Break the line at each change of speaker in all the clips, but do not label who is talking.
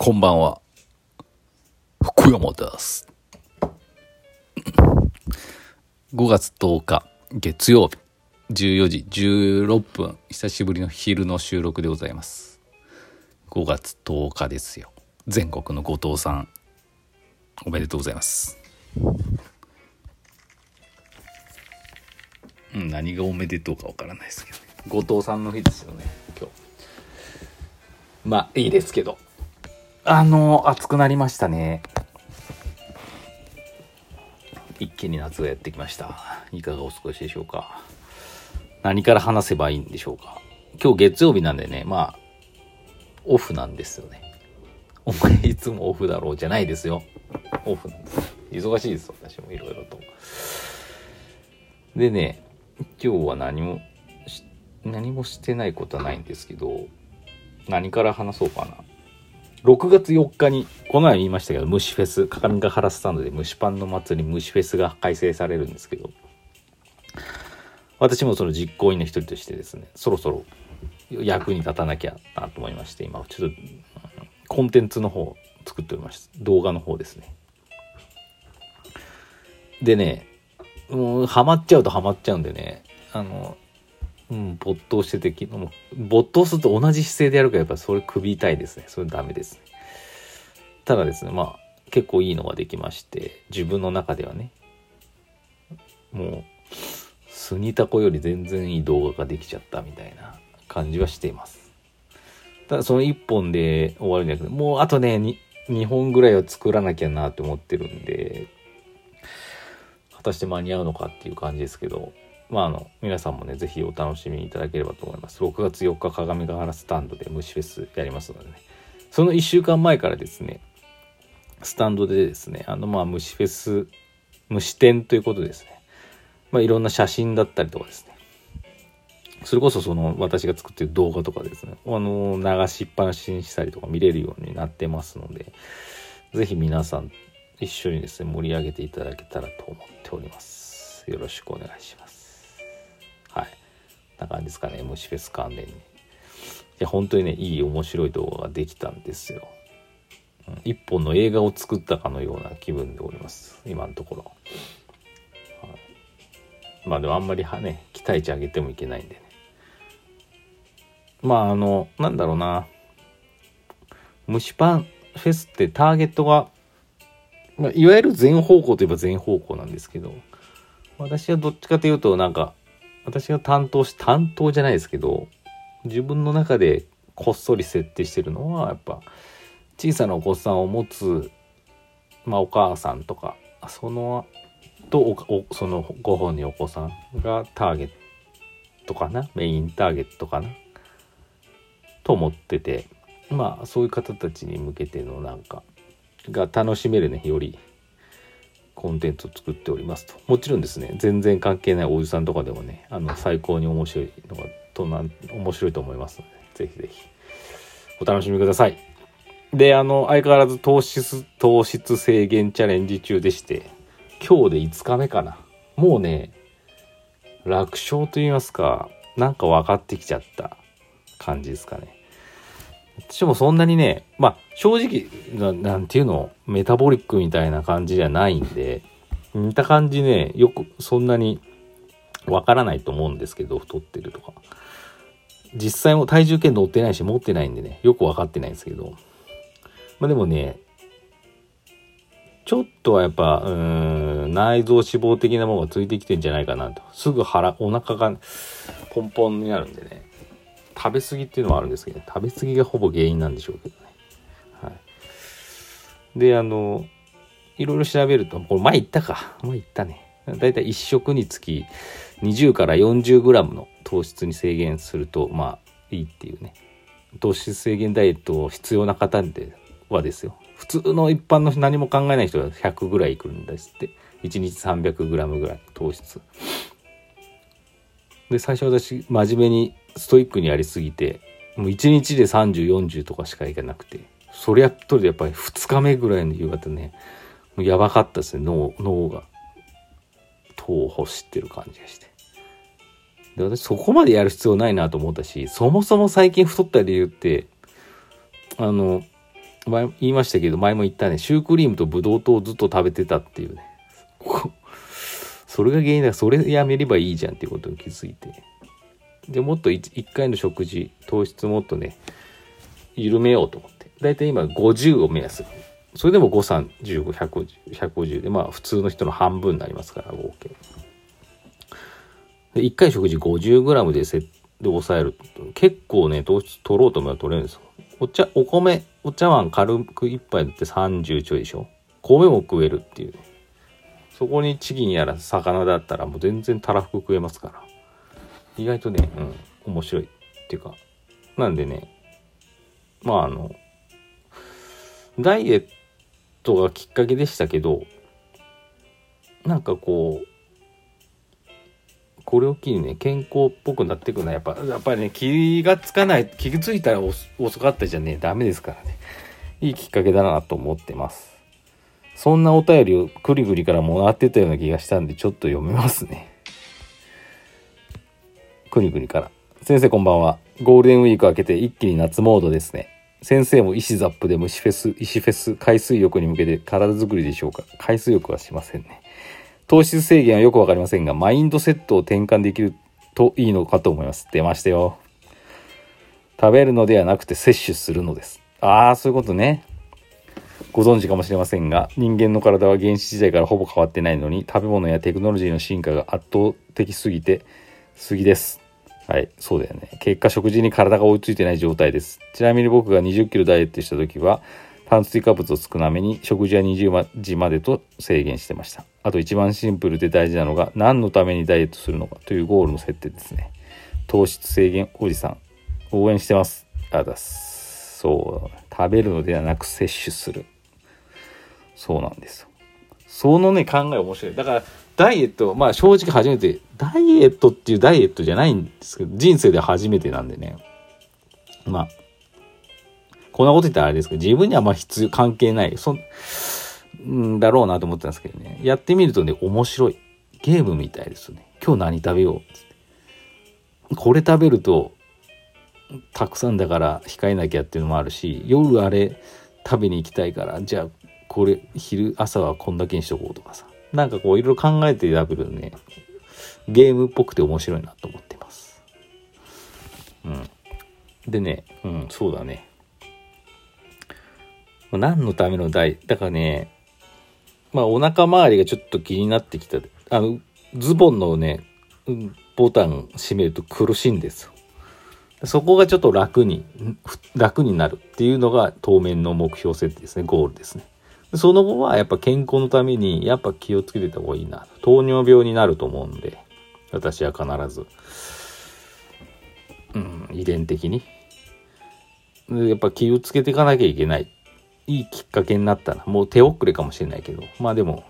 こんばんは、福山です。5月10日月曜日14時16分、久しぶりの昼の収録でございます。5月10日ですよ。全国の後藤さん、おめでとうございます。何がおめでとうかわからないですけどね。後藤さんの日ですよね、今日。まあいいですけど、暑くなりましたね。一気に夏がやってきました。いかがお過ごしでしょうか。何から話せばいいんでしょうか。今日月曜日なんでね、まあオフなんですよね。お前いつもオフだろうじゃないですよ。オフなんです。忙しいです、私もいろいろと。でね、今日は何もしてないことはないんですけど、何から話そうかな。6月4日にこの前言いましたけど、虫フェス、各務原スタンドで蒸しパンの祭り虫フェスが開催されるんですけど、私もその実行委員の一人としてですね、そろそろ役に立たなきゃなと思いまして、今ちょっとコンテンツの方を作っておりました。動画の方ですね。でね、もうハマっちゃうんでね、没頭してて、没頭すると同じ姿勢でやるからやっぱそれ首痛いですね。それダメですね。ただですね、まあ結構いいのができまして、自分の中ではね、もうスニタコより全然いい動画ができちゃったみたいな感じはしています。ただその1本で終わるんじゃなくて、もうあとね 2本ぐらいは作らなきゃなって思ってるんで、果たして間に合うのかっていう感じですけど、まあ皆さんもね、ぜひお楽しみいただければと思います。6月4日各務原スタンドで虫フェスやりますのでね、その1週間前からですね、スタンドでですね、虫フェス、虫展ということですね。いろんな写真だったりとかですね、それこそその私が作っている動画とかですね、流しっぱなしにしたりとか見れるようになってますので、ぜひ皆さん一緒にですね、盛り上げていただけたらと思っております。よろしくお願いします。はい。な感じですかね、虫フェス関連に。いや、本当にね、いい面白い動画ができたんですよ。一本の映画を作ったかのような気分でおります、今のところ。まあでもあんまりね、期待値上げてもいけないんでね。まあなんだろうな。虫パンフェスってターゲットが、いわゆる全方向といえば全方向なんですけど、私はどっちかというと、なんか、私が担当じゃないですけど、自分の中でこっそり設定してるのは、やっぱ、小さなお子さんを持つ、お母さんとか、そのご本人お子さんがターゲットかな、メインターゲットかなと思ってて、そういう方たちに向けてのなんかが楽しめるね、よりコンテンツを作っておりますと。もちろんですね、全然関係ないおじさんとかでもね、最高に面白いと思いますので、ぜひぜひお楽しみください。で、相変わらず糖質制限チャレンジ中でして、今日で5日目かな。もうね、楽勝と言いますか、なんか分かってきちゃった感じですかね。私もそんなにね、正直なんていうの、メタボリックみたいな感じじゃないんで、似た感じね、よくそんなに分からないと思うんですけど、太ってるとか。実際も体重計乗ってないし持ってないんでね、よく分かってないんですけど、でもね、ちょっとはやっぱ内臓脂肪的なものがついてきてんじゃないかなと。すぐお腹がポンポンになるんでね、食べ過ぎっていうのはあるんですけど、食べ過ぎがほぼ原因なんでしょうけどね。はい。で、いろいろ調べると、これ前言ったね。だいたい1食につき20から40グラムの糖質に制限するといいっていうね。糖質制限ダイエットを必要な方ではですよ、普通の一般の何も考えない人は100ぐらいいくるんですって。1日300グラムぐらい糖質で、最初私真面目にストイックにやりすぎて、もう1日で30、40とかしかいかなくて、それやっとるとやっぱり2日目ぐらいの夕方ね、もうやばかったですね。脳が糖を欲してる感じがして、で、私そこまでやる必要ないなと思ったし、そもそも最近太った理由って前言いましたけど、前も言ったね、シュークリームとブドウ糖をずっと食べてたっていうね。それが原因だから、それやめればいいじゃんっていうことに気づいて。で、もっと1回の食事、糖質もっとね、緩めようと思って。だいたい今50を目安。それでも5、3、15、150、150で、まあ普通の人の半分になりますから、合計。で、1回食事 50g で抑えると、結構ね、糖質取ろうと思えば取れるんですよ。お茶碗軽く1杯だって30ちょいでしょ。米も食えるっていう。そこにチキンやら魚だったらもう全然たらふく食えますから。意外とね、面白いっていうか。なんでね、まあダイエットがきっかけでしたけど、なんかこう、これを機にね、健康っぽくなっていくのはやっぱりね、気がついたら遅かったじゃねダメですからね。いいきっかけだなと思ってます。そんなお便りをクリグリからもらってたような気がしたんで、ちょっと読めますね。クリグリから。先生こんばんは。ゴールデンウィーク明けて一気に夏モードですね。先生も石ザップで石フェス、海水浴に向けて体作りでしょうか。海水浴はしませんね。糖質制限はよくわかりませんが、マインドセットを転換できるといいのかと思います。出ましたよ。食べるのではなくて摂取するのです。そういうことね。ご存知かもしれませんが、人間の体は原始時代からほぼ変わってないのに、食べ物やテクノロジーの進化が圧倒的すぎです。はい、そうだよね。結果食事に体が追いついてない状態です。ちなみに僕が20キロダイエットした時は、炭水化物を少なめに食事は20時までと制限してました。あと一番シンプルで大事なのが、何のためにダイエットするのかというゴールの設定ですね。糖質制限おじさん応援してます。そう、食べるのではなく摂取する。そうなんですよ。そのね考え面白い。だからダイエット、まあ正直初めてダイエットっていうダイエットじゃないんですけど、人生で初めてなんでね。まあこんなこと言ったらあれですけど、自分にはまあ関係ないだろうなと思ったんですけどね。やってみるとね、面白い。ゲームみたいですね。今日何食べようっつって。これ食べるとたくさんだから控えなきゃっていうのもあるし、夜あれ食べに行きたいから、じゃあこれ朝はこんだけにしとこうとかさ。なんかこういろいろ考えて食べるね、ゲームっぽくて面白いなと思ってます。でね、そうだね。何のためのだからね、まあお腹周りがちょっと気になってきた。ズボンのね、ボタン閉めると苦しいんですよ。そこがちょっと楽になるっていうのが当面の目標設定ですね、ゴールですね。その後はやっぱ健康のためにやっぱ気をつけてた方がいいな。糖尿病になると思うんで、私は必ず、遺伝的にやっぱ気をつけていかなきゃいけない。いいきっかけになったな。もう手遅れかもしれないけど、まあでも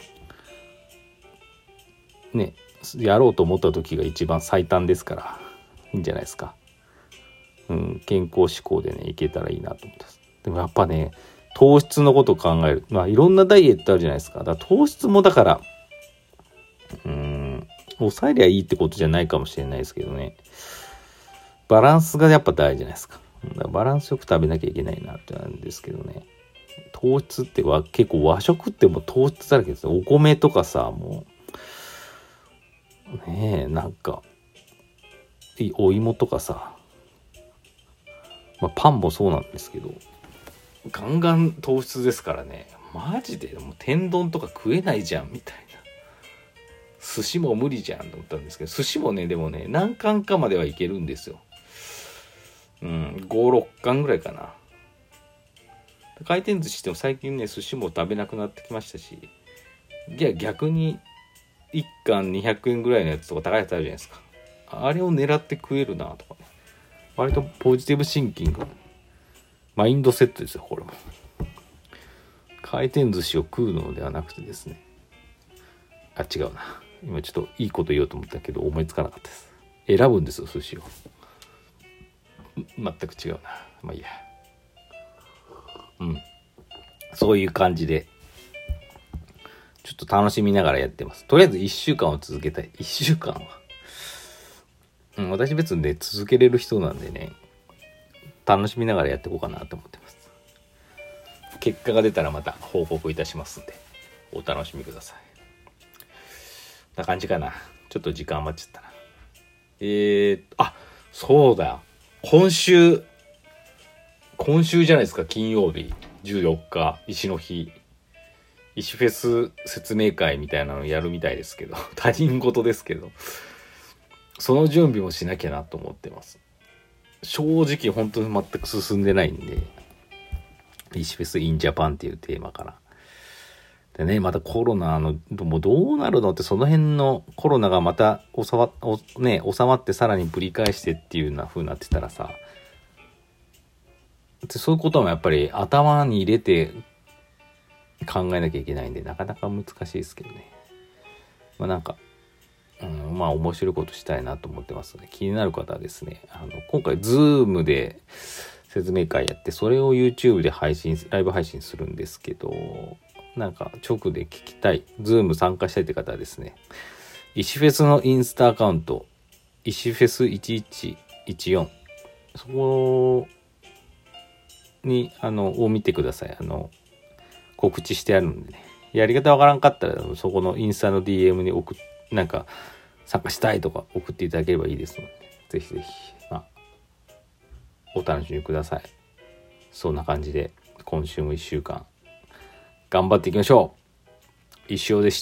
ね、やろうと思った時が一番最短ですからいいんじゃないですか。健康志向でねいけたらいいなと思ってます。でもやっぱね、糖質のことを考える、まあいろんなダイエットあるじゃないですか。だから糖質もだから抑えりゃいいってことじゃないかもしれないですけどね、バランスがやっぱ大事じゃないですか。だからバランスよく食べなきゃいけないなってなんですけどね。糖質って結構和食ってもう糖質だらけですよ。お米とかさ、もうねえ、なんかお芋とかさ、まあ、パンもそうなんですけど、ガンガン糖質ですからね。マジでもう天丼とか食えないじゃんみたいな。寿司も無理じゃんと思ったんですけど、寿司もね、でもね、何貫かまではいけるんですよ。5、6貫ぐらいかな。回転寿司っても最近ね、寿司も食べなくなってきましたし、いや逆に1貫200円ぐらいのやつとか高いやつあるじゃないですか。あれを狙って食えるなとかね。割とポジティブシンキング、マインドセットですよ、これも。回転寿司を食うのではなくてですね。違うな。今ちょっといいこと言おうと思ったけど思いつかなかったです。選ぶんですよ、寿司を。全く違うな。まあいいや。そういう感じでちょっと楽しみながらやってます。とりあえず1週間を続けたい。1週間は私別にね続けれる人なんでね、楽しみながらやっていこうかなと思ってます。 結果が出たらまた報告いたしますんで、お楽しみください。な感じかな。ちょっと時間余っちゃったな。そうだ。今週じゃないですか、金曜日14日、石の日。石フェス説明会みたいなのやるみたいですけど、他人事ですけど、その準備もしなきゃなと思ってます。正直本当に全く進んでないんで、石フェスインジャパンっていうテーマから。でね、またコロナの、もうどうなるのって、その辺のコロナがまた収まってさらにぶり返してっていうような風になってたらさ、でそういうこともやっぱり頭に入れて考えなきゃいけないんで、なかなか難しいですけどね。まあなんか、まあ面白いことしたいなと思ってますので、気になる方はですね、今回Zoomで説明会やって、それを YouTube でライブ配信するんですけど、なんか直で聞きたい、Zoom 参加したいって方はですね、石フェスのインスタアカウント、石フェス1114、そこに、を見てください。告知してあるんでね。やり方わからんかったら、そこのインスタの DM になんか、参加したいとか送っていただければいいですので、ぜひぜひ、お楽しみください。そんな感じで、今週も1週間、頑張っていきましょう。石尾でした。